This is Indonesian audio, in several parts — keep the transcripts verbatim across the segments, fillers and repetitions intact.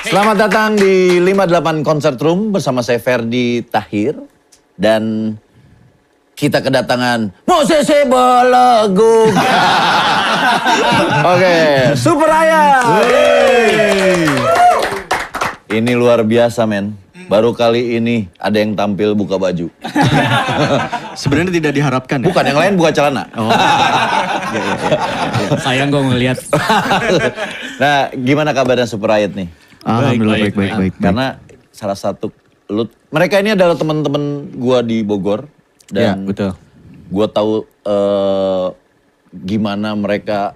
Selamat datang di lima puluh delapan Concert Room bersama saya Ferdi Tahir. Dan kita kedatangan Musisi Belegung. Oke, Super Ayat. Ini luar biasa, men. Baru kali ini ada yang tampil buka baju. Sebenarnya tidak diharapkan ya? Bukan, yang lain buka celana. Oh. Ya, ya, ya. Sayang gue ngeliat. Nah, gimana kabarnya Super Ayat nih? Alhamdulillah baik, baik, baik. baik, Karena salah satu, lu, mereka ini adalah teman-teman gua di Bogor. Dan ya, betul. Gua tahu uh, gimana mereka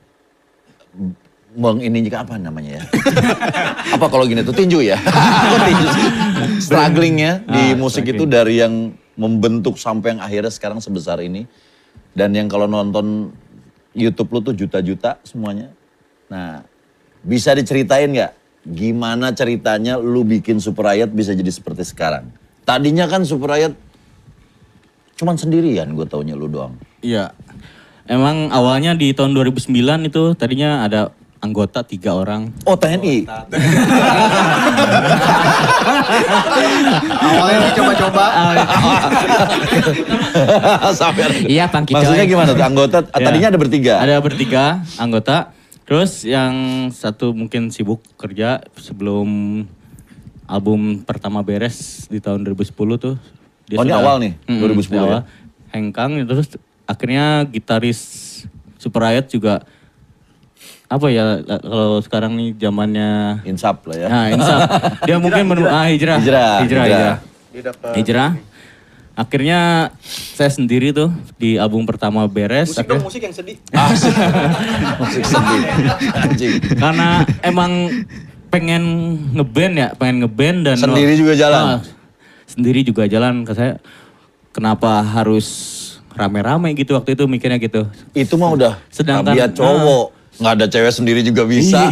mengininya apa namanya ya? Apa kalau gini tuh tinju ya? tinju sih. Strugglingnya di Ah, musik struggling. itu dari yang membentuk sampai yang akhirnya sekarang sebesar ini. Dan yang kalau nonton YouTube lu tuh juta-juta semuanya. Nah, bisa diceritain nggak gimana ceritanya lu bikin Super Ayat bisa jadi seperti sekarang? Tadinya kan Super Ayat cuman sendirian, gue taunya lu doang. Iya. Emang awalnya di tahun dua ribu sembilan itu tadinya ada anggota tiga orang. Oh, T N I? Awalnya dicoba-coba. Sampai ada- Iya, Pangki Maksudnya Coy. gimana tuh? Anggota, tadinya ada bertiga? Ada bertiga anggota. Terus yang satu mungkin sibuk kerja sebelum album pertama beres di tahun dua ribu sepuluh tuh. Oh, ini awal nih, Mm-mm, dua ribu sepuluh di ya? awal. Hengkang, terus akhirnya gitaris Super Ayat juga apa ya kalau sekarang nih zamannya Insap lah ya. nah insaf dia mungkin menu ah, hijrah. Hijrah, hijrah hijrah. hijrah hijrah akhirnya saya sendiri tuh di album pertama beres Musik akhirnya- dong, musik yang sedih. Asik. Musik sedih. Anjing. karena emang pengen ngeband ya pengen ngeband dan Sendiri juga jalan? Ah, sendiri juga jalan ke saya kenapa harus rame-rame gitu waktu itu mikirnya gitu. Itu mah udah Sedangkan- tabiat cowok. Nggak ada cewek sendiri juga bisa.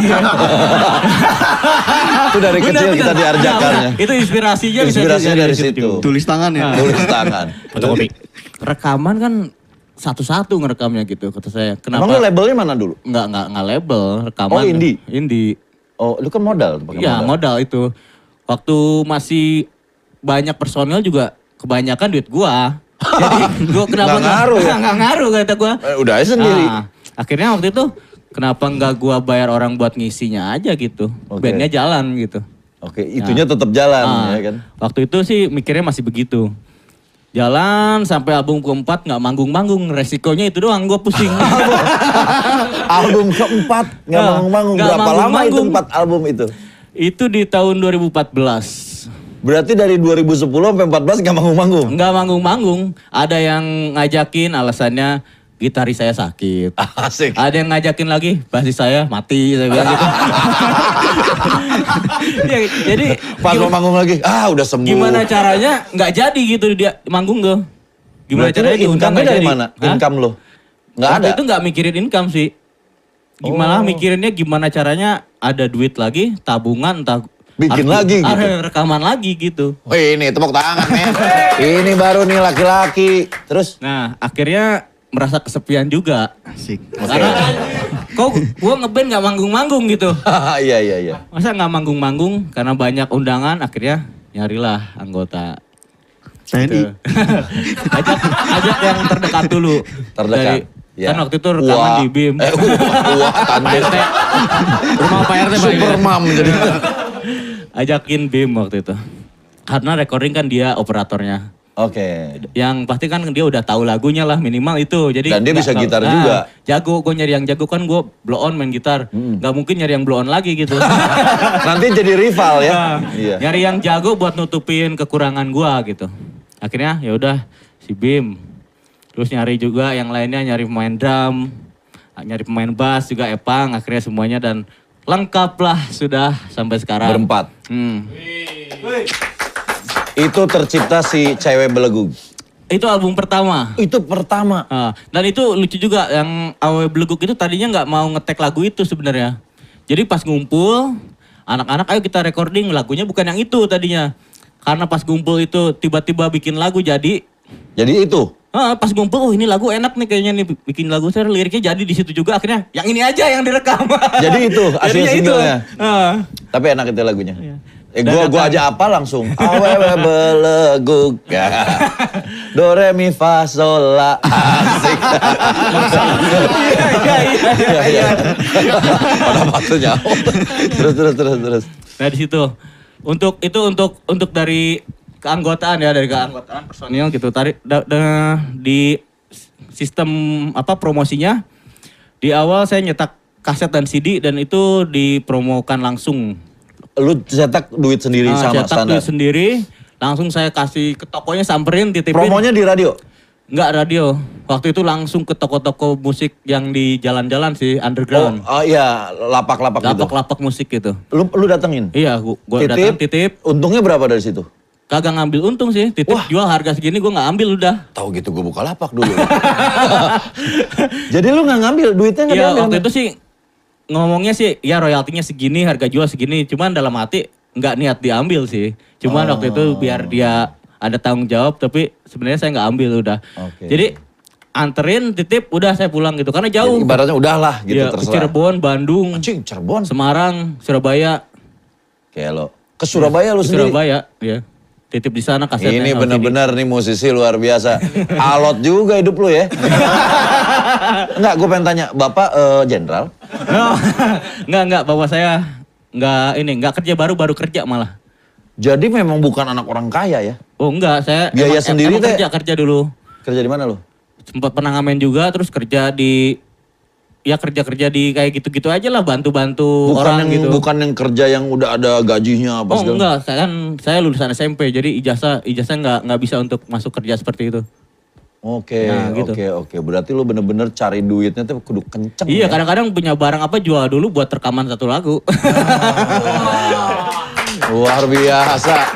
Itu dari kecil kita diajarkannya. Itu inspirasinya bisa Inspirasinya dari situ. Tulis tangan ya? Tulis tangan. Fotokopi. Rekaman kan satu-satu ngerekamnya gitu kata saya. Kenapa? Emang lu labelnya mana dulu? Nggak, nggak, nggak label, rekaman. Oh, indie? Indie. Oh, lu kan modal. Pakai Iya, modal itu. Waktu masih banyak personel juga kebanyakan duit gua. Jadi gua kenapa Nggak ngaruh ya? Nggak ngaruh kata gua. Eh, udah aja sendiri. Nah, akhirnya waktu itu kenapa nggak gua bayar orang buat ngisinya aja gitu. Oke. Bandnya jalan gitu. Oke, itunya tetap jalan Nah, ya kan. Waktu itu sih mikirnya masih begitu. Jalan sampai album keempat nggak manggung-manggung. Resikonya itu doang gue pusing. Album keempat nggak Nah, manggung-manggung. nggak Berapa lama itu manggung-manggung. empat album itu? Itu di tahun dua ribu empat belas. Berarti dari dua ribu sepuluh sampai empat belas nggak manggung-manggung? Nggak manggung-manggung. Ada yang ngajakin alasannya gitaris saya sakit. Asik. Ada yang ngajakin lagi, basis saya mati. Saya bilang gitu. Ya, jadi Pas mau gimana, manggung lagi, ah udah sembuh. gimana caranya nggak jadi gitu dia manggung tuh. Gimana Berarti caranya lu diundang income-nya nggak dari jadi. mana? Hah? Income lo? Nggak Waktu ada? itu nggak mikirin income sih. Gimana Oh. mikirinnya gimana caranya ada duit lagi, tabungan entah Bikin harus- lagi gitu. harus rekaman lagi gitu. Wih ini tepuk tangan men. Ini baru nih laki-laki. Terus? Nah, akhirnya merasa kesepian juga. Asik. Karena kok gua ngeband nggak manggung-manggung gitu. Iya iya iya. Masa nggak manggung-manggung karena banyak undangan akhirnya nyarilah anggota. T N I. Tuh. ajak ajak yang terdekat dulu. Terdekat. Dari, Ya. Kan waktu itu rekaman Wah. di B I M. Eh, wah, wah, Pak tanda. R T. Rumah Pak R T Pak. Super mom jadi. Ajakin B I M waktu itu. Karena recording kan dia operatornya. Oke. Yang pasti kan dia udah tahu lagunya lah minimal itu. Jadi Dan dia nggak bisa tahu- gitar Nah, juga. Jago, gue nyari yang jago kan gue blow on main gitar. Gak mungkin nyari yang blow on lagi gitu. Nanti jadi rival ya. Nah, Iya. Nyari yang jago buat nutupin kekurangan gua gitu. Akhirnya ya udah si Bim. Terus nyari juga yang lainnya nyari pemain drum, nyari pemain bass juga Epang. Akhirnya semuanya dan lengkap lah sudah sampai sekarang. Berempat. Hmm. Itu tercipta si cewek belegung. Itu album pertama. Itu pertama. Ah, dan itu lucu juga yang Awe Beleguk itu tadinya nggak mau ngetek lagu itu sebenarnya. Jadi pas ngumpul, anak-anak ayo kita recording lagunya bukan yang itu tadinya. Karena pas ngumpul itu tiba-tiba bikin lagu jadi Jadi itu. Ah, pas ngumpul, oh ini lagu enak nih kayaknya nih bikin lagu saya liriknya jadi di situ juga akhirnya yang ini aja yang direkam. Jadi itu hasil Jadinya itu. singlenya. Ah. Tapi enak itu lagunya. Iya. Eh Dan gua gua datang- aja apa langsung. Awewe beleguk. Ya. Do re mi fa sol la. Asik. Iya iya iya iya. Pada waktunya. Terus terus terus terus. Nah di situ untuk itu untuk untuk dari keanggotaan ya dari keanggotaan personil gitu. Tadi da- da- di sistem apa promosinya di awal saya nyetak kaset dan C D dan itu dipromokan langsung. Lu cetak duit sendiri Ah, sama cetak standar. duit sendiri, langsung saya kasih ke tokonya samperin titipin. Promonya di radio. Enggak radio. Waktu itu langsung ke toko-toko musik yang di jalan-jalan sih Oh, underground. oh iya, lapak-lapak gitu. Lapak-lapak musik gitu. Lu lu datengin. Iya, gua, gua datang titip. Untungnya berapa dari situ? Kagak ngambil untung sih, titip jual harga segini gue nggak ambil udah. Tahu gitu gue buka lapak dulu. Jadi lu nggak ngambil duitnya nggak Iya diambil? waktu itu sih ngomongnya sih ya royaltinya segini, harga jual segini. Cuman dalam hati nggak niat diambil sih. Cuman waktu itu biar dia ada tanggung jawab, tapi sebenarnya saya nggak ambil udah. Oke. Jadi anterin titip udah saya pulang gitu karena jauh. Jadi ibaratnya udahlah gitu Iya, ke terserah. Cirebon, Bandung, Anjing Cirebon. Semarang, Surabaya. Kayak lo. Ke Surabaya lu Ke sendiri. Surabaya, ya. Titip di sana kasetnya. Ini L C D. bener-bener nih musisi luar biasa. Alot juga hidup lu ya. Enggak, gue pengen tanya. Bapak eh, jenderal? No, enggak enggak bapak saya enggak ini enggak kerja baru baru kerja malah. Jadi memang bukan anak orang kaya ya? Oh enggak, saya Biaya emang- sendiri emang teh? kerja kerja dulu. Kerja di mana lu? Sempat pernah ngamen juga terus kerja di ya kerja-kerja di kayak gitu-gitu aja lah bantu-bantu Bukan orang yang gitu. bukan yang kerja yang udah ada gajinya apa Oh segala. enggak, saya kan saya lulusan S M P jadi ijazah ijazah enggak enggak bisa untuk masuk kerja seperti itu. Oke, Nah, gitu. oke, oke. Berarti lu bener-bener cari duitnya tuh kudu kenceng Iya, ya? kadang-kadang punya barang apa jual dulu buat rekaman satu lagu. Luar biasa.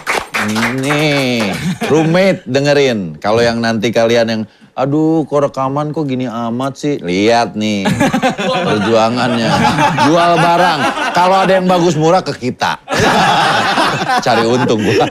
Nih, roommate dengerin. Kalau yang nanti kalian yang, aduh kok rekaman kok gini amat sih. Lihat nih, perjuangannya. Jual barang. Kalau ada yang bagus murah ke kita. Cari untung gua.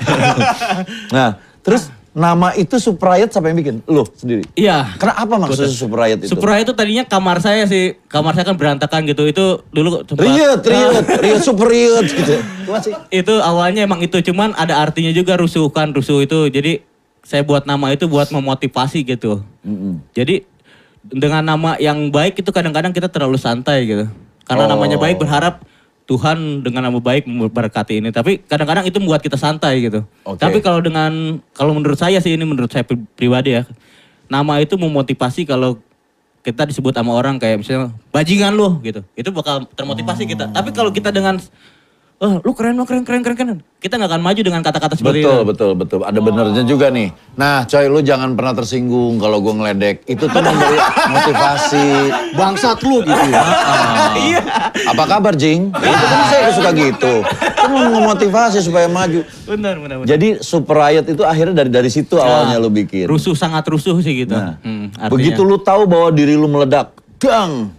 Nah, terus nama itu Suprayat siapa yang bikin? Lu sendiri? Iya. Kenapa maksudnya Suprayat itu? Supra itu tadinya kamar saya sih. Kamar saya kan berantakan gitu. Itu dulu sempat- Riet, riet, riet, super riet gitu. Gimana sih? Itu awalnya emang itu. Cuman ada artinya juga rusuh kan. Rusuh itu. Jadi saya buat nama itu buat memotivasi gitu. Mm-mm. Jadi dengan nama yang baik itu kadang-kadang kita terlalu santai gitu. Karena Oh. namanya baik berharap Tuhan dengan nama baik memberkati ini. Tapi kadang-kadang itu membuat kita santai gitu. Oke. Tapi kalau dengan, kalau menurut saya sih ini menurut saya pri- pribadi ya. Nama itu memotivasi kalau kita disebut sama orang kayak misalnya bajingan lu gitu. Itu bakal termotivasi kita. Tapi kalau kita dengan, oh lu keren lu keren keren keren keren. Kita nggak akan maju dengan kata-kata seperti Betul, itu. betul, betul. Ada benernya juga nih. Nah, coy, lu jangan pernah tersinggung kalau gue ngeledek. Itu tuh memberi motivasi. Bangsat lu gitu. Iya. Apa kabar, Jing? Ya, itu kan saya suka gitu. Kan mau memotivasi supaya maju. Benar, benar, benar. Jadi Super Riot itu akhirnya dari dari situ awalnya lu bikin. Rusuh sangat rusuh sih gitu. Nah, Hmm, artinya. begitu lu tahu bahwa diri lu meledak, gang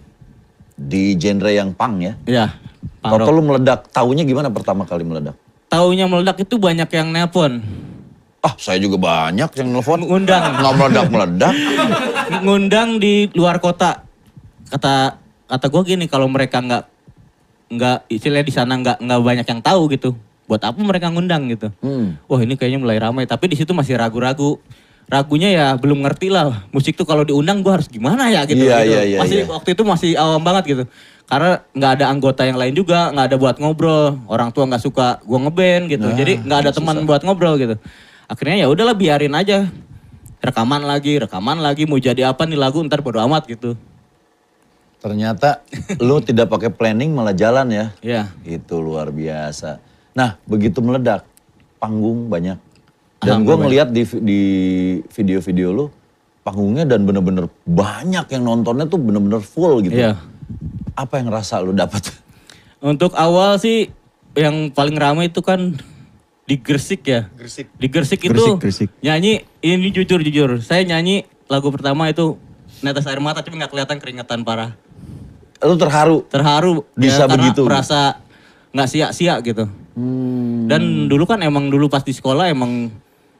di genre yang punk ya. Iya. punk rock. Toto lu meledak, taunya gimana pertama kali meledak? Taunya meledak itu banyak yang nelpon. Ah, saya juga banyak yang nelfon. Ngundang. Nggak meledak-meledak. Ngundang di luar kota. Kata kata gue gini, kalau mereka nggak nggak istilahnya di sana nggak nggak banyak yang tahu gitu. Buat apa mereka ngundang gitu? Hmm. Wah ini kayaknya mulai ramai. Tapi di situ masih ragu-ragu. Ragunya ya belum ngerti lah. Musik tuh kalau diundang gue harus gimana ya gitu. Iya, gitu. iya, iya, masih iya. waktu itu masih awam banget gitu. Karena nggak ada anggota yang lain juga, nggak ada buat ngobrol. Orang tua nggak suka gue ngeband gitu. Nah, Jadi nggak ada teman buat ngobrol gitu. Akhirnya ya udahlah biarin aja. Rekaman lagi, rekaman lagi. Mau jadi apa nih lagu ntar bodo amat gitu. Ternyata lu tidak pakai planning malah jalan ya. Ya. Itu luar biasa. Nah, begitu meledak, panggung banyak. Dan gue Alhamdulillah. ngeliat di, di video-video lu, panggungnya dan bener-bener banyak yang nontonnya tuh bener-bener full gitu. Iya. Apa yang rasa lu dapat? Untuk awal sih yang paling ramai itu kan di Gresik ya. Gresik. Di Gresik itu Gresik, Gresik. nyanyi, ini jujur-jujur. Saya nyanyi lagu pertama itu Netes Air Mata tapi nggak kelihatan keringetan parah. Lu terharu? Terharu. Bisa karena begitu? merasa nggak sia-sia gitu. Hmm. Dan dulu kan emang dulu pas di sekolah emang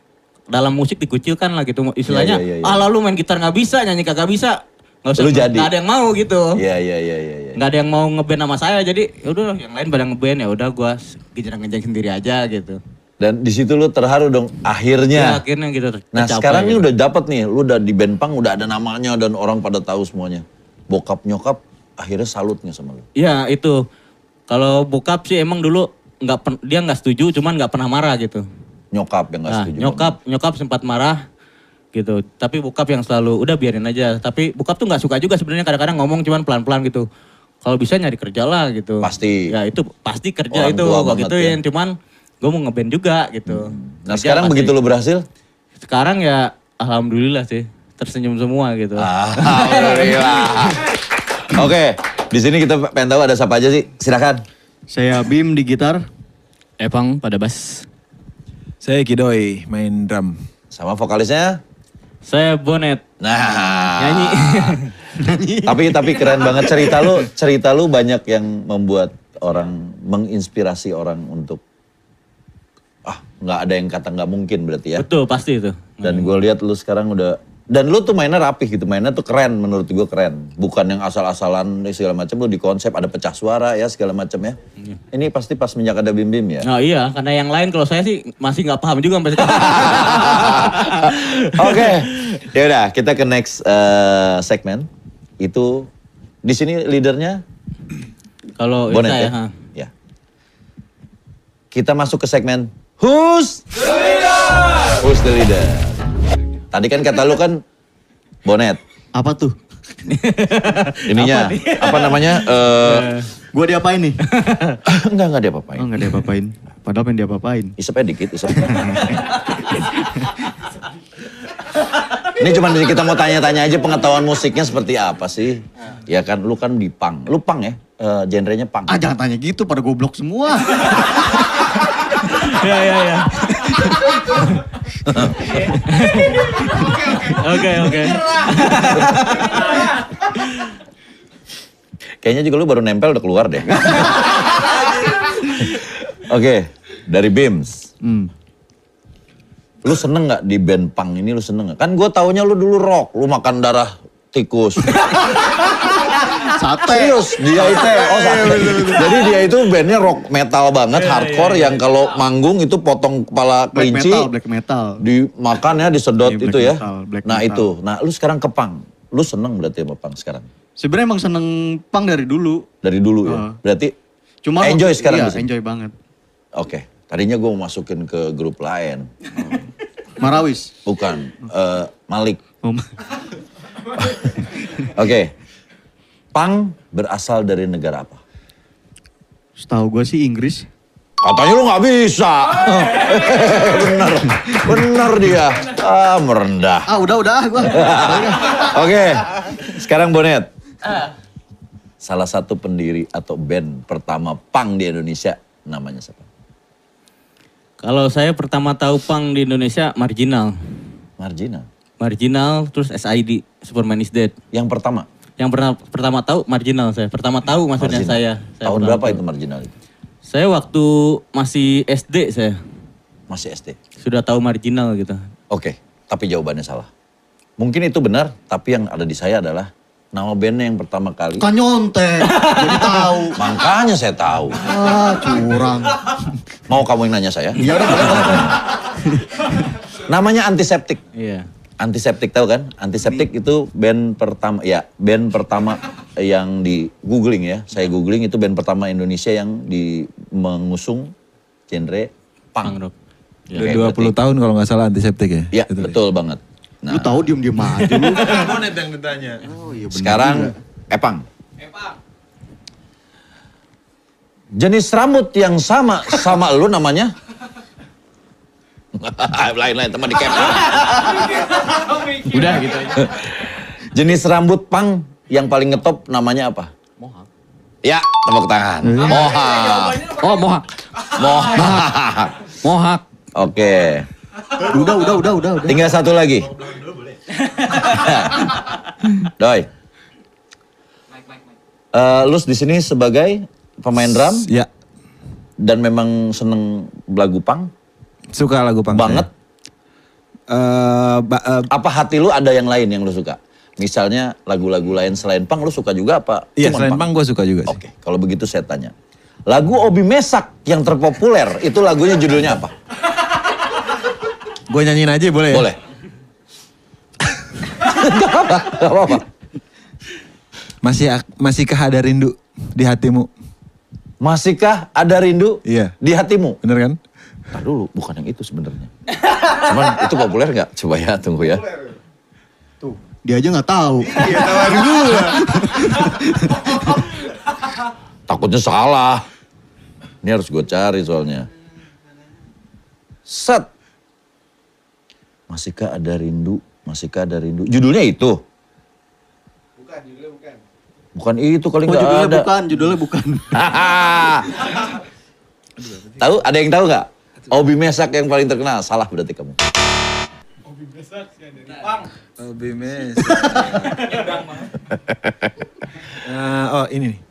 dalam musik dikucilkan lah gitu. Istilahnya, Iya, iya, iya, iya. ah lalu main gitar nggak bisa, nyanyi kagak bisa. Nggak usah, Lu jadi. nggak ada yang mau gitu. Iya iya iya iya. Ya. Nggak ada yang mau ngeband sama saya, jadi yaudah yang lain pada ngeband ya udah gue ngejarang-ngejarang sendiri aja gitu. Dan di situ lu terharu dong akhirnya. Ya, akhirnya gitu. Nah tercapai sekarang ini gitu. udah dapet nih, lu udah di band punk udah ada namanya dan orang pada tahu semuanya. Bokap nyokap akhirnya salut nggak sama lu? Iya itu. Kalau bokap sih emang dulu nggak pen- dia nggak setuju, cuman nggak pernah marah gitu. Nyokap yang nggak Nah, setuju. nyokap nyokap sempat marah gitu. Tapi bokap yang selalu udah biarin aja. Tapi bokap tuh nggak suka juga sebenarnya kadang-kadang ngomong cuman pelan-pelan gitu. Kalau bisa nyari kerja lah gitu. Pasti. Ya itu pasti kerja Orang itu tua gua banget gituin. Cuman gue mau ngeband juga gitu. Nah Kerja sekarang pasti. begitu lu berhasil? Sekarang ya alhamdulillah sih tersenyum semua gitu. Alhamdulillah. Oke, di sini kita pengen tahu ada siapa aja sih. Silakan. Saya Bim di gitar. Epang pada bass. Saya Kidoy, main drum. Sama vokalisnya. Saya Bonet. Nah. Nyanyi. tapi tapi keren banget cerita lu. Cerita lu banyak yang membuat orang menginspirasi orang untuk ah nggak ada yang kata nggak mungkin berarti ya. Betul pasti itu. Dan gue lihat lu sekarang udah dan lu tuh mainnya rapih gitu, mainnya tuh keren menurut gue keren. Bukan yang asal-asalan segala macam, lu di konsep ada pecah suara ya segala macam ya. Ini pasti pas menjak ada Bim Bim ya. Nah iya karena yang lain kalau saya sih masih nggak paham juga sampai sekarang. Oke, ya udah kita ke next eh, segmen. Itu di sini leadernya Kalau Bonet saya, ya. ha. Ya. Kita masuk ke segmen Who's the Leader? Who's the Leader? Tadi kan kata lu kan Bonet. Apa tuh? Ininya apa, namanya? Eh Gua diapain nih? enggak enggak dia apa-apain. Oh nggak diapa-apain. Padahal pengen diapa-apain. Isepnya dikit, isep. Ini cuma kita mau tanya-tanya aja pengetahuan musiknya seperti apa sih? Ya kan, lu kan di punk. Lu punk ya? Eh, genrenya punk. Ah jangan tanya gitu, pada goblok semua. Ya ya ya. Oke oke. Kayaknya juga lu baru nempel udah keluar deh. Oke, dari Bims. Hmm. Lu seneng gak di band punk ini, lu seneng gak? Kan gue taunya lu dulu rock, lu makan darah tikus. Sate. Serius, dia itu, oh sate. Jadi dia itu bandnya rock metal banget, hardcore yang kalau manggung itu potong kepala Black kelinci. metal, black metal. Dimakan ya, disedot Iya, black itu ya. metal, black Nah metal. itu, nah lu sekarang ke punk. Lu seneng berarti sama punk sekarang? Sebenarnya emang seneng punk dari dulu. Dari dulu ya? Heeh. Berarti Cuma enjoy waktu- sekarang Iya, di sini? enjoy banget. Oke, tadinya gue mau masukin ke grup lain. Marawis. Bukan, eh, Malik. Oh, Oke, punk berasal dari negara apa? setahu gue sih Inggris. Katanya lu nggak bisa. bener, bener dia. Ah, merendah. Ah udah udah gue. Oke, sekarang Bonet. Salah satu pendiri atau band pertama punk di Indonesia namanya siapa? Kalau saya pertama tahu punk di Indonesia Marginal. Marginal. Marginal terus S I D, Superman is Dead. Yang pertama. Yang pernah pertama tahu Marginal saya. Pertama tahu maksudnya Marginal. saya. saya Tahun pertama berapa tahu. itu Marginal itu? Saya waktu masih S D saya. Masih S D. Sudah tahu Marginal gitu. Oke, tapi jawabannya salah. Mungkin itu benar, tapi yang ada di saya adalah nama bandnya yang pertama kali. Kan nyontek. Jadi tahu. Makanya saya tahu. Ah curang. Mau kamu yang nanya saya? Ya udah boleh boleh. Namanya Antiseptik. Iya. Antiseptik tahu kan? Antiseptik itu band pertama, ya band pertama yang di googling ya. Saya googling itu band pertama Indonesia yang di mengusung genre punk. Punk rock. Udah Oke, dua puluh berarti- tahun kalau nggak salah antiseptik ya? Ya Itu. betul banget. Lu Nah tahu diem-diem aja lu. Bonet yang ditanya. Oh iya bener sekarang juga. Epang. Jenis rambut yang sama sama lu namanya? Lain-lain teman di cap. Udah gitu aja. Jenis rambut pang yang paling ngetop namanya apa? Mohak. Ya, tepuk tangan. Mohak. Oh, mohak. Mohak. Mohak. Oke. Udah udah udah udah udah. Tinggal satu lagi. Doi. Eh, lu di sini sebagai pemain drum Ya, dan memang seneng lagu pang suka lagu punk banget. saya. Eh, ba- eh, Apa hati lu ada yang lain yang lu suka? Misalnya lagu-lagu lain selain punk lu suka juga apa? Iya, Cuman selain punk gue suka juga sih. Oke, kalau begitu saya tanya. Lagu Obi Mesak yang terpopuler, itu lagunya judulnya apa? Gue nyanyiin aja boleh ya? Boleh. Gak apa, gak apa-apa. Masih ak- masihkah ada rindu di hatimu? Masihkah ada rindu Iya. di hatimu? Bener kan? Ntar dulu, bukan yang itu sebenarnya. Cuman itu populer nggak? Coba ya, tunggu ya. Tuh, dia aja nggak tahu. Takutnya salah. Ini harus gue cari soalnya. Set. Masihkah ada rindu? Masihkah ada rindu? Judulnya itu? Bukan, judulnya bukan. Bukan itu kali Oh, nggak judulnya ada. bukan, judulnya bukan. Tahu? Ada yang tahu nggak? Obi Mesak yang paling terkenal. Salah berarti kamu. Obi Mes. Eh, oh ini nih.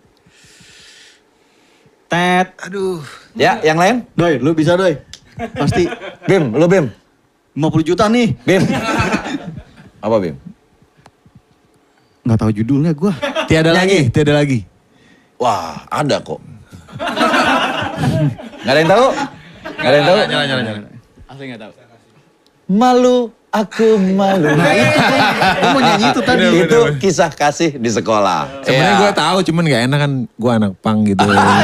Tet. Aduh. Ya, yang lain? Doi, lu bisa doi. Pasti Bim, lu Bim. lima puluh juta nih. Bim. Apa Bim? Nggak tahu judulnya gua. Tiada lagi, tiada lagi. Wah, ada kok. Nggak ada yang tahu? Nggak ada yang tahu? Nyala, nyala, nyala. Asli gak tahu. Malu, aku malu. Nah itu, gua mau nyanyi itu tadi. Itu kisah kasih di sekolah. Sebenarnya Iya. gue tahu, cuman gak enak kan. Gue anak pang gitu.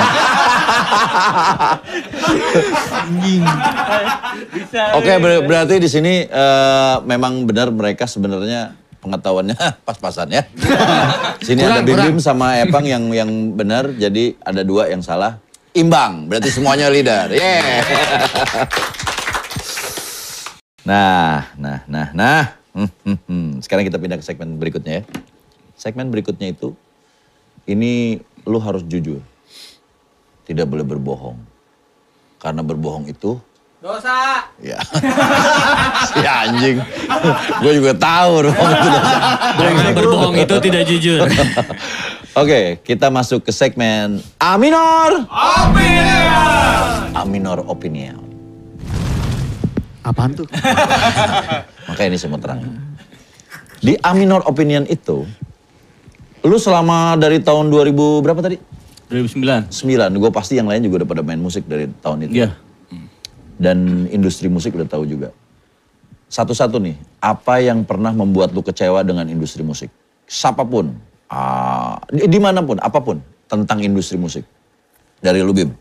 Oke, ber- berarti di sini eh, memang benar mereka sebenarnya pengetahuannya pas-pasan ya. Sini ada Kurang, Bim Bim kurang. sama Epang yang yang benar, jadi ada dua yang salah. Imbang, berarti semuanya leader. Yeah. Nah, nah, nah, nah. Hmm, hmm, hmm. Sekarang kita pindah ke segmen berikutnya ya. Segmen berikutnya itu, ini lu harus jujur. Tidak boleh berbohong. Karena berbohong itu Dosa. ya. Si anjing. Gue juga tahu berbohong itu dosa. Karena berbohong itu tidak jujur. Oke, kita masuk ke segmen Aminor Opinion. Aminor Opinion. Apaan tuh? Makanya ini saya mau terangin. Di Aminor Opinion itu, lu selama dari tahun dua ribu berapa tadi? dua ribu sembilan. sembilan, gue pasti yang lain juga udah pada main musik dari tahun itu. Iya. Dan industri musik udah tahu juga. Satu-satu nih, apa yang pernah membuat lu kecewa dengan industri musik? Siapapun, ah, di, dimanapun, apapun tentang industri musik. Dari lu Bim.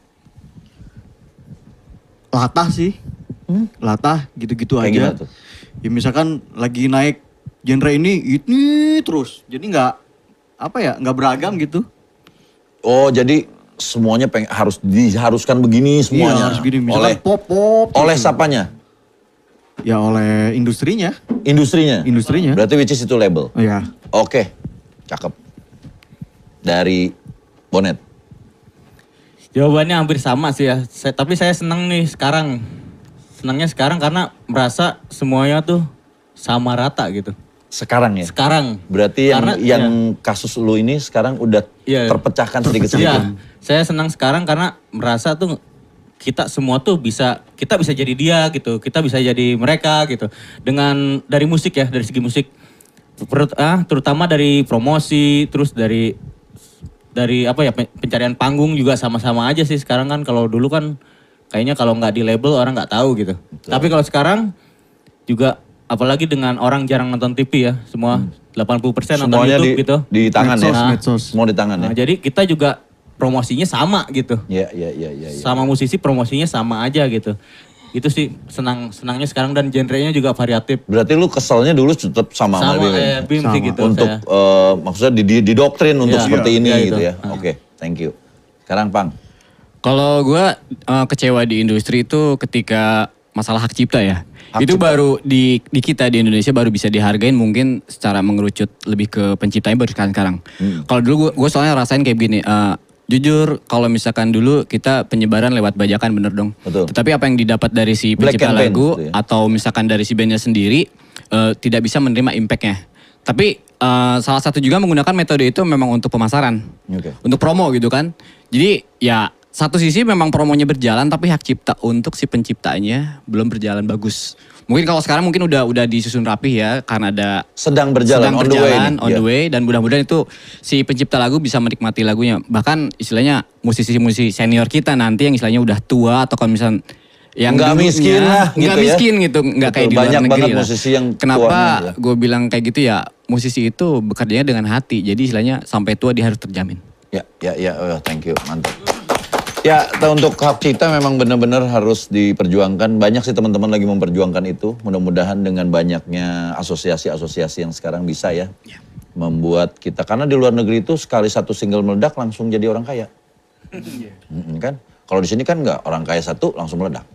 Latah sih. Latah gitu-gitu Kayak aja. gimana tuh? Ya misalkan lagi naik genre ini, ini terus. Jadi nggak apa ya, nggak beragam gitu. Oh jadi semuanya peng, harus diharuskan begini semuanya. Iya, harus gini. Misalkan Oleh pop pop. terus. oleh siapanya? Ya oleh industrinya. Industrinya. Industrinya. Berarti which is itu label. Oh ya. Oke, cakep. Dari Bonet. Jawabannya hampir sama sih ya. Saya, tapi saya senang nih sekarang. Senangnya sekarang karena merasa semuanya tuh sama rata gitu. Sekarang ya. Sekarang. Berarti yang Karena, yang kasus lu ini sekarang udah Iya. terpecahkan sedikit-sedikit. Iya, saya senang sekarang karena merasa tuh kita semua tuh bisa, kita bisa jadi dia gitu, kita bisa jadi mereka gitu. Dengan dari musik ya, dari segi musik, Perut- ah, terutama dari promosi, terus dari dari apa ya pe- pencarian panggung juga sama-sama aja sih sekarang kan. Kalau dulu kan kayaknya kalau nggak di label orang nggak tahu gitu. Tapi kalau sekarang juga apalagi dengan orang jarang nonton T V ya, semua delapan puluh persen nonton Semuanya YouTube di, gitu. di tangan Medsos, ya. medsos. Semua di tangan ya. Nah, jadi kita juga promosinya sama gitu. Iya, iya, iya, iya. Ya. Sama musisi promosinya sama aja gitu. Itu sih senang senangnya sekarang dan genrenya juga variatif. Berarti lu keselnya dulu tetap sama sama Sama Bim. kayak Bim sih Sama. gitu. Untuk saya. eh, maksudnya di, di, didoktrin untuk Iya. seperti Iya. ini Iya, gitu itu. ya. Ah. Oke, thank you. Sekarang Pang. Kalau gue uh, kecewa di industri itu ketika masalah hak cipta ya. Hak itu cipta. baru di di kita di Indonesia baru bisa dihargain mungkin secara mengerucut lebih ke penciptanya baru sekarang sekarang. Hmm. Kalau dulu gue gue soalnya rasain kayak gini. uh, jujur kalau misalkan dulu kita penyebaran lewat bajakan bener dong. Betul. Tetapi apa yang didapat dari si Black pencipta campaign lagu gitu ya. atau misalkan dari si bandnya sendiri uh, tidak bisa menerima impactnya. Tapi uh, salah satu juga menggunakan metode itu memang untuk pemasaran. Oke. Untuk promo gitu kan. Jadi ya satu sisi memang promonya berjalan tapi hak cipta untuk si penciptanya belum berjalan bagus. Mungkin kalau sekarang mungkin udah udah disusun rapih ya karena ada Sedang berjalan, sedang on the way berjalan nih. on Iya. the way dan mudah-mudahan itu si pencipta lagu bisa menikmati lagunya. Bahkan istilahnya musisi-musisi senior kita nanti yang istilahnya udah tua atau kalau misalnya yang Nggak dulunya miskin lah, nggak gitu ya. miskin gitu, nggak kayak Betul, di luar banyak negeri banget lah. musisi yang Kenapa tuanya ya. gue bilang kayak gitu ya, musisi itu bekerjanya dengan hati, jadi istilahnya sampai tua dia harus terjamin. Ya, ya, ya, oh, thank you, mantap. Ya, ta- untuk hak cipta memang benar-benar harus diperjuangkan. Banyak sih teman-teman lagi memperjuangkan itu. Mudah-mudahan dengan banyaknya asosiasi-asosiasi yang sekarang bisa ya, membuat kita. Karena di luar negeri itu sekali satu single meledak langsung jadi orang kaya. Mm-mm, kan? Kalau di sini kan enggak, orang kaya satu langsung meledak.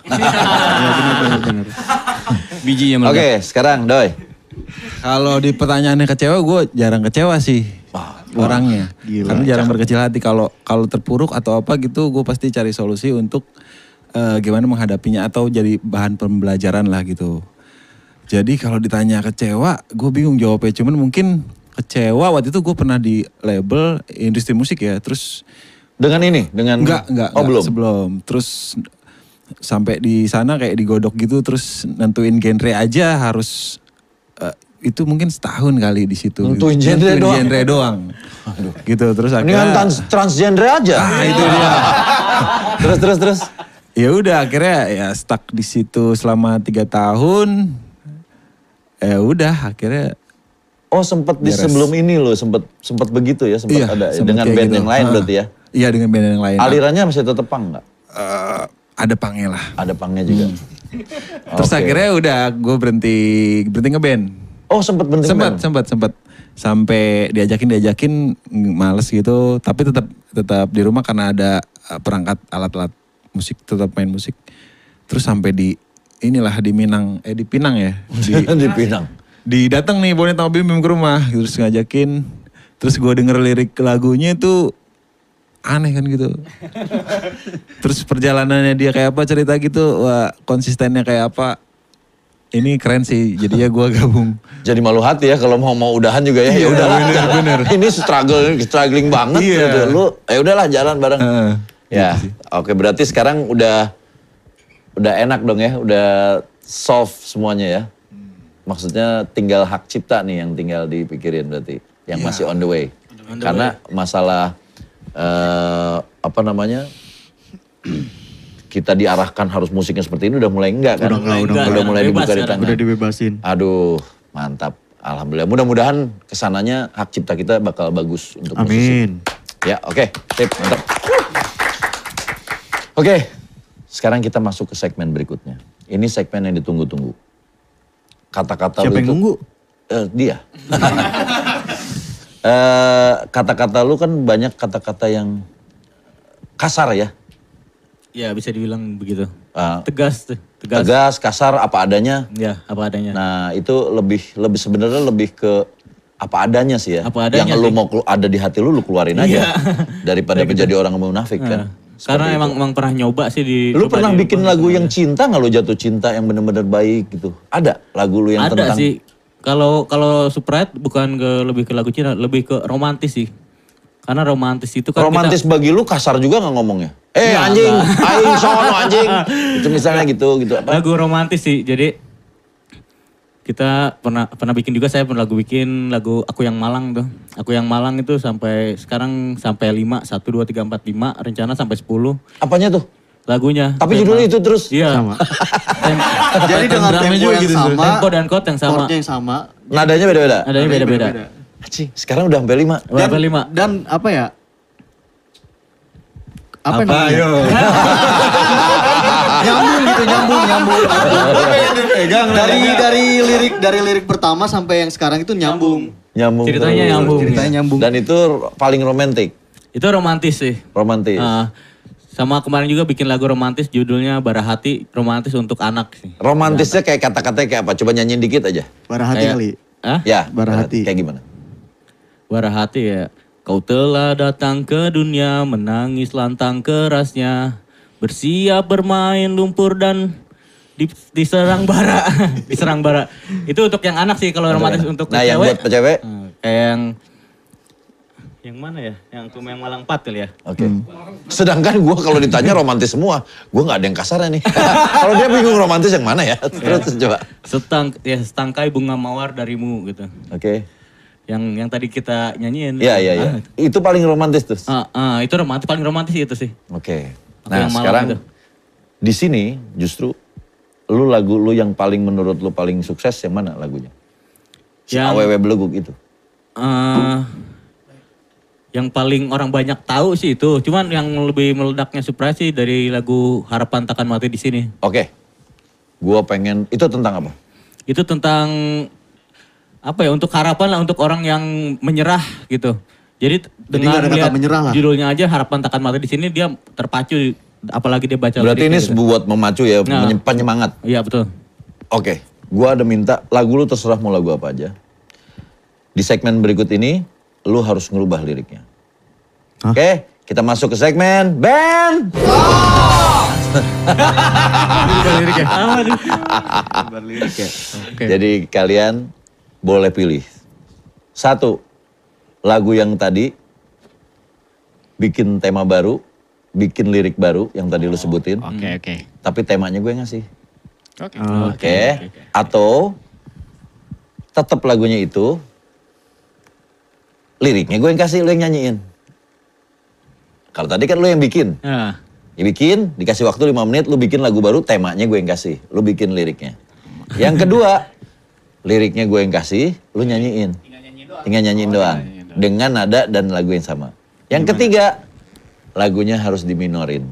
Bijinya Oke, meledak. sekarang Doi. Kalau di pertanyaannya kecewa, gue jarang kecewa sih orangnya. gila. Karena jarang berkecil hati. Kalau kalau terpuruk atau apa gitu, gue pasti cari solusi untuk eh, gimana menghadapinya atau jadi bahan pembelajaran lah gitu. Jadi kalau ditanya kecewa, gue bingung jawabnya. Cuman mungkin kecewa waktu itu gue pernah di label industri musik ya. Terus Dengan ini, dengan enggak enggak, Oh, enggak, belum. sebelum. Terus sampai di sana kayak digodok gitu, terus nentuin genre aja harus eh, itu mungkin setahun kali di situ. Nentuin genre doang. genre doang. Gitu terus Mendingan akhirnya trans transgender aja. ah, itu dia. terus, terus, terus. Ya udah akhirnya ya stuck di situ selama tiga tahun. Ya udah akhirnya Oh, sempat di Beres. sebelum ini loh, sempat sempat begitu ya, sempat iya, ada sempet dengan kayak band gitu. yang lain Ah, berarti ya. Iya dengan band yang lain. Alirannya masih tetap punk nggak? Eh, ada pangnya lah. Ada punknya juga. Terus Oke. akhirnya udah gue berhenti berhenti ngeband. Oh, sempat bentuk Sempat, band? sempat, sempat. Sampai diajakin, diajakin ng- males gitu. Tapi tetap tetap di rumah karena ada uh, perangkat alat-alat musik, tetap main musik. Terus sampai di inilah di Minang, eh di Pinang ya. Di, Di Pinang. di datang nih Bonet sama Bim Bim ke rumah. Terus ngajakin. Terus gue denger lirik lagunya itu aneh kan gitu. Terus perjalanannya dia kayak apa, cerita gitu. Wah konsistennya kayak apa. Ini keren sih, jadinya gue gabung. Jadi malu hati ya kalau mau mau udahan juga ya. Ya Iya, udahlah. bener, bener. Ini struggle, struggling banget Iya. gitu. Lu ya udahlah jalan bareng. Heeh, ya. Oke, berarti sekarang udah udah enak dong ya, udah soft semuanya ya. Maksudnya tinggal hak cipta nih yang tinggal dipikirin berarti, yang Iya. masih on the way. Karena masalah eh, apa namanya? Kita diarahkan harus musiknya seperti ini udah mulai enggak kan? Udah enggak, udah udah, enggak. mulai Bebas dibuka di sekarang. tangan. Udah dibebasin. Aduh, mantap. Alhamdulillah. Mudah-mudahan kesananya hak cipta kita bakal bagus untuk musisi. Amin. Ya, oke. Sip, mantap. Oke, sekarang kita masuk ke segmen berikutnya. Ini segmen yang ditunggu-tunggu. Kata-kata Siapa lu yang itu- nunggu? Eh, dia. Eh, kata-kata lu kan banyak kata-kata yang kasar ya. Ya bisa dibilang begitu. Ah, Tegas tuh, tegas. Tegas, kasar, apa adanya. Ya apa adanya. Nah itu lebih lebih sebenarnya lebih ke apa adanya sih ya. Apa adanya Yang lu sih. mau kelu- ada di hati lu, lu keluarin aja. Iya. Daripada menjadi orang munafik kan. Nah, Seperti karena itu. emang emang pernah nyoba sih di. Lu coba pernah di- bikin lagu yang cinta nggak lu jatuh cinta yang bener-bener baik gitu? Ada lagu lu yang Ada tentang sih. Kalau kalau Sprite bukan ke lebih ke lagu cinta, lebih ke romantis sih. Karena romantis itu kan romantis kita, bagi lu kasar juga nggak ngomongnya? Eh Iya, anjing, enggak. aing sono anjing. Itu misalnya gitu gitu apa? lagu romantis sih. Jadi kita pernah pernah bikin juga, saya pernah lagu bikin lagu Aku Yang Malang tuh. Aku Yang Malang itu sampai sekarang sampai lima, satu, dua, tiga, empat, lima, rencana sampai sepuluh Apanya tuh? lagunya. Tapi judulnya itu terus. Iya. Sama. Tem- Jadi dengan drumnya tempo juga yang gitu, sama, tempo dan chord yang sama. chordnya yang sama. Nadanya beda-beda. Adanya beda-beda. Anjing, sekarang udah sampai lima. Berapa Dan- lima? Dan apa ya? Apa, Apa, namanya? ayo. nyambung gitu, nyambung, nyambung. dari dari lirik dari lirik pertama sampai yang sekarang itu nyambung. Nyambung. Ceritanya terus. nyambung. Ceritanya nyambung. Dan itu paling romantis. Itu romantis sih. Romantis. Ah, sama kemarin juga bikin lagu romantis judulnya Bara Hati, romantis untuk anak sih. Romantisnya kayak kata-katanya kayak apa? Coba nyanyiin dikit aja. Bara hati Kayak- kali. Hah? Ya. Bara hati. Kayak gimana? Bara Hati ya. Kau telah datang ke dunia menangis lantang kerasnya. Bersiap bermain lumpur dan di- diserang bara. diserang bara. Itu untuk yang anak sih kalau romantis untuk Nah yang cewek. buat cewek, Nah, kayak yang Yang mana ya? Yang aku yang Malang empat kali ya? Oke. Sedangkan gue kalau ditanya romantis semua, gue nggak ada yang kasarnya nih. Kalau dia bingung romantis yang mana ya? Terus coba. Setang, ya setangkai bunga mawar darimu gitu. Oke. Yang yang tadi kita nyanyiin. Iya iya iya. Itu paling romantis tuh. Ah, ah, itu romantis, paling romantis itu sih. Oke. Aku Nah yang malam sekarang itu. di sini justru lu lagu lu yang paling menurut lu paling sukses yang mana lagunya? Si Yang- Awewe Beleguk itu. Eh, yang paling orang banyak tahu sih itu. Cuman yang lebih meledaknya surprise sih dari lagu Harapan Takkan Mati di sini. Oke. Gua pengen itu tentang apa? Itu tentang apa ya? Untuk harapan lah untuk orang yang menyerah gitu. Jadi nggak ada kata melihat menyerah lah. judulnya aja Harapan Takkan Mati di sini dia terpacu. Apalagi dia baca. Berarti ini liriknya gitu. buat memacu ya, Nah. menye- penyemangat. Iya betul. Oke, gua ada minta lagu lu terserah mau lagu apa aja. Di segmen berikut ini, lu harus ngerubah liriknya. Hah? Oke, kita masuk ke segmen band. Jadi kalian boleh pilih. Satu, lagu yang tadi bikin tema baru, bikin lirik baru yang tadi lu sebutin. Oke oke. Tapi temanya gue ngasih. Oke. Oke. Atau tetap lagunya itu liriknya gue yang kasih, lu yang nyanyiin. Kalau tadi kan lu yang bikin. Nah, Ya bikin, dikasih waktu lima menit, lu bikin lagu baru, temanya gue yang kasih. Lu bikin liriknya. Yang kedua, liriknya gue yang kasih, lu nyanyiin. Tinggal nyanyiin doang. Dengan nada dan lagu yang sama. Yang ketiga, lagunya harus diminorin.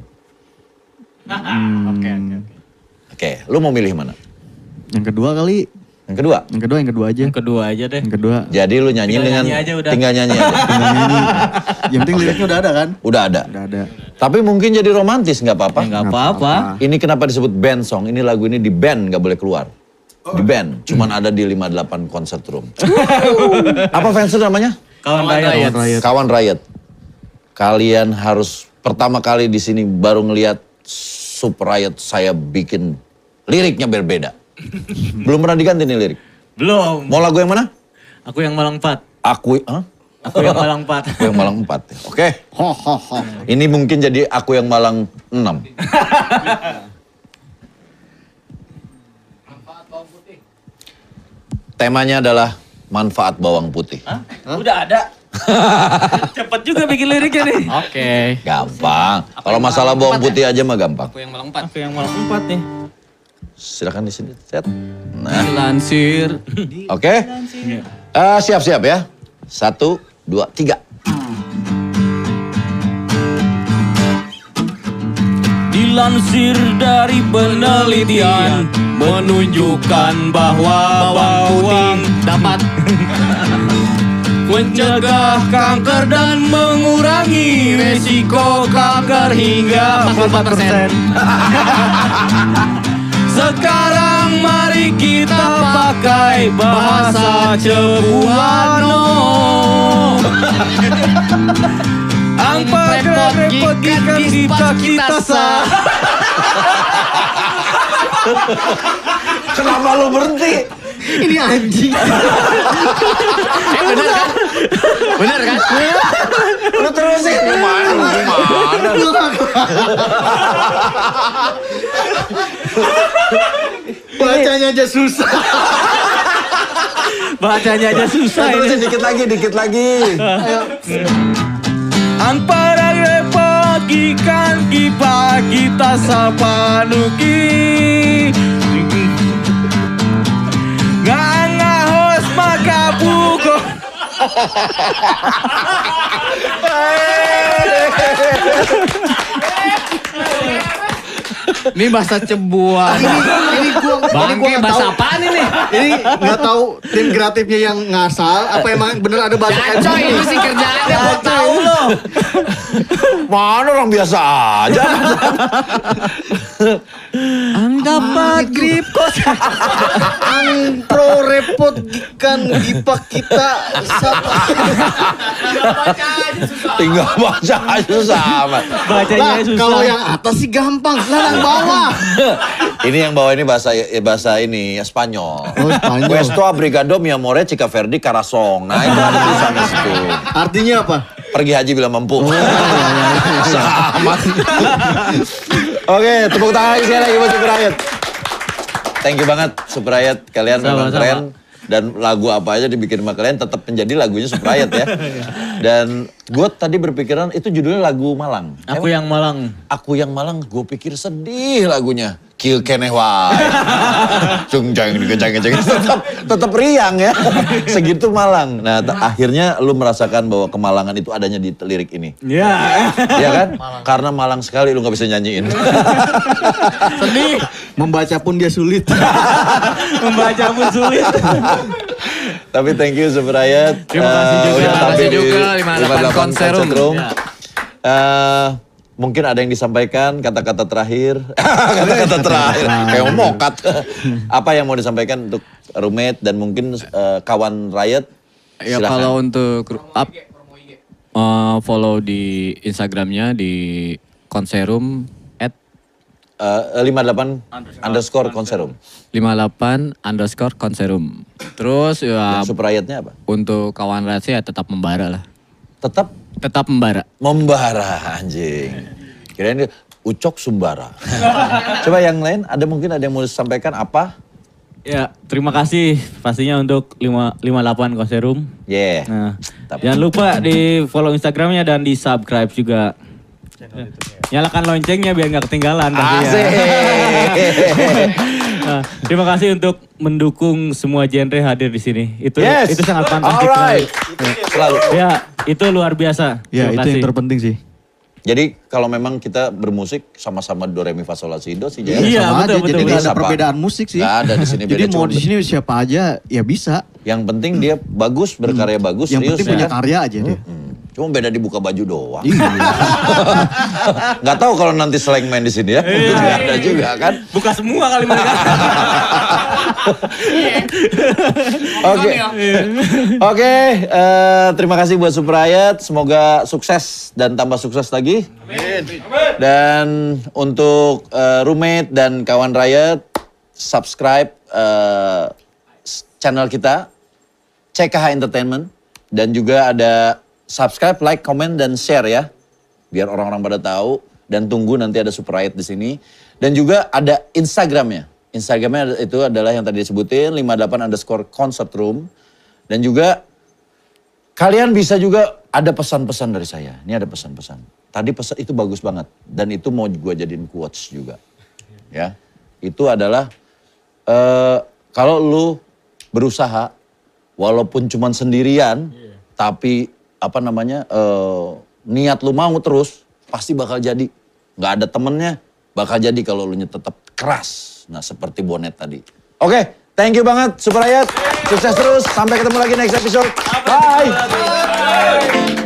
Oke oke. Oke, lu mau milih mana? Yang kedua kali, Yang kedua? yang kedua, yang kedua aja. yang kedua aja deh. Yang kedua. Jadi lu nyanyiin Tinggal dengan nyanyi aja udah. tinggal nyanyi aja. Tinggal nyanyi. Yang penting liriknya udah ada kan? Udah ada. Udah ada. Tapi mungkin jadi romantis nggak apa-apa. Ya, nggak apa-apa. Ini kenapa disebut band song? Ini lagu ini di band nggak boleh keluar. Di band, cuman ada di lima puluh delapan concert room. Apa fans itu namanya? Kawan Rayat. Kawan Riot. Kawan Riot. Kalian harus pertama kali di sini baru ngelihat Super Riot saya bikin liriknya berbeda. Belum pernah diganti nih lirik. Belum. Mau lagu yang mana? Aku yang Malang empat. Aku, hah? Aku yang Malang empat. Aku yang Malang empat. Oke. Ho ho ho. Ini mungkin jadi aku yang Malang enam. Temanya adalah manfaat bawang putih. Udah ada. Cepet juga bikin liriknya nih. Oke. Gampang. Kalau masalah bawang putih aja mah gampang. Aku yang Malang empat. Aku yang Malang empat nih. Silakan di sini, set. Nah, Dilansir. oke. Eh, siap-siap ya. Satu, dua, tiga. Dilansir dari penelitian menunjukkan bahwa bawang Dapat. mencegah kanker dan mengurangi resiko kanker hingga empat puluh empat persen. Sekarang mari kita pakai bahasa Cebuano. Angpa repot gikan kita kita sah. Kenapa lu berhenti? Ini anjing. Eh bener kan? Bener kan? Lu terusin. Gimana? Gimana? Bacanya aja susah. Bacanya aja susah Terusin ini. dikit lagi, dikit lagi. Antara repot gikan kipa kita sapa nuki. Nganga hos maka buko. Ini bahasa cebuan. Ini ini gua ini Bangke gua nggak bahasa tahu. apaan ini? Ini nggak tahu tim kreatifnya yang ngasal apa emang bener ada bahasa Ya coy, ini sih kerjaannya buat tahu loh. Mana orang biasa aja. Dapat grip kos. Antro repot gikan gipak kita sapa. Tinggal baca aja sama. Bacanya Lah, susah. kalau yang atas sih gampang, lah yang bawah. Ini yang bawah ini bahasa eh, bahasa ini Spanyol. Oh, Spanyol. Questo abrigado mi amore chica verdi carasong. Nah itu ada tulisannya situ. Artinya apa? pergi haji bila mampu. Sama. Oke, tepuk tangan lagi sekali lagi buat Super Riot. Thank you banget Super Riot, kalian memang Sama-sama. keren. Dan lagu apa aja dibikin sama kalian tetap menjadi lagunya Super Riot ya. Dan gue tadi berpikiran itu judulnya lagu Malang. Aku yang Malang. Aku yang Malang, gue pikir sedih lagunya. Kill keneh wae. Cung jang digejang-gejang. Tetap tetap riang ya. Segitu Malang. Nah, t- akhirnya lu merasakan bahwa kemalangan itu adanya di lirik ini. Iya. Iya kan? Karena Malang sekali lu gak bisa nyanyiin. Sedih. Membaca pun dia sulit. Membaca pun sulit. Tapi thank you Super Riot. Terima kasih Eh, juga. udah Terima tampil kasih di juga, lima puluh delapan Concert Room. Ya. Eh, mungkin ada yang disampaikan kata-kata terakhir. Kata-kata terakhir. Kayak mau mokat. Apa yang mau disampaikan untuk roommate dan mungkin eh, kawan Riot? Ya Silakan. kalau untuk up, uh, follow di Instagramnya di Konserum at Eh, lima puluh delapan underscore konserum. lima puluh delapan underscore Konserum. Terus ya Yang Super Riotnya apa? untuk kawan rahasia ya tetap membara lah. Tetap Tetap membara. membara anjing. Kirain dia Ucok Sumbara. Coba yang lain ada mungkin ada yang mau disampaikan apa? Ya, terima kasih pastinya untuk lima puluh delapan Konserum. Yeah. Nah, Tapi- jangan lupa di follow Instagramnya dan di subscribe juga. Nyalakan loncengnya biar nggak ketinggalan. pastinya. Asik. Nah, terima kasih untuk mendukung semua genre hadir di sini. Itu Yes. itu sangat fantastik Alright. sekali. Selalu. Ya, itu luar biasa. Ya Terima itu yang kasih. terpenting sih. Jadi kalau memang kita bermusik sama-sama do re mi fa sol la si do si Jaya. Iya, sama betul, aja. betul, Jadi betul. nggak ada Siapa? perbedaan musik sih. Nggak ada di sini beda, Jadi mau cuma di sini siapa aja ya bisa. Yang penting dia bagus, berkarya bagus, Yang serius penting ya punya kan? karya aja dia. Hmm. Cuma beda dibuka baju doang. Iya. Nggak tahu kalau nanti slang main di sini ya. Iya. Nggak ada juga kan. Buka semua kali mereka. Oke. Oke, eh, terima kasih buat Super Riot. Semoga sukses dan tambah sukses lagi. Dan untuk eh, roommate dan kawan Riot, subscribe eh, s- channel kita C K H Entertainment dan juga ada subscribe, like, comment dan share ya. Biar orang-orang pada tahu dan tunggu nanti ada Super Riot di sini. Dan juga ada Instagramnya. Instagramnya itu adalah yang tadi disebutin lima puluh delapan underscore concert room. Dan juga kalian bisa juga ada pesan-pesan dari saya. Ini ada pesan-pesan. Tadi pesan itu bagus banget dan itu mau gue jadiin quotes juga. Ya. Itu adalah eh kalau lu berusaha walaupun cuman sendirian tapi apa namanya eh niat lu mau terus pasti bakal jadi. Nggak ada temennya bakal jadi kalau lu tetap keras. Nah seperti Bonet tadi. Oke, thank you banget Super Riot. Sukses terus. Sampai ketemu lagi next episode. Bye.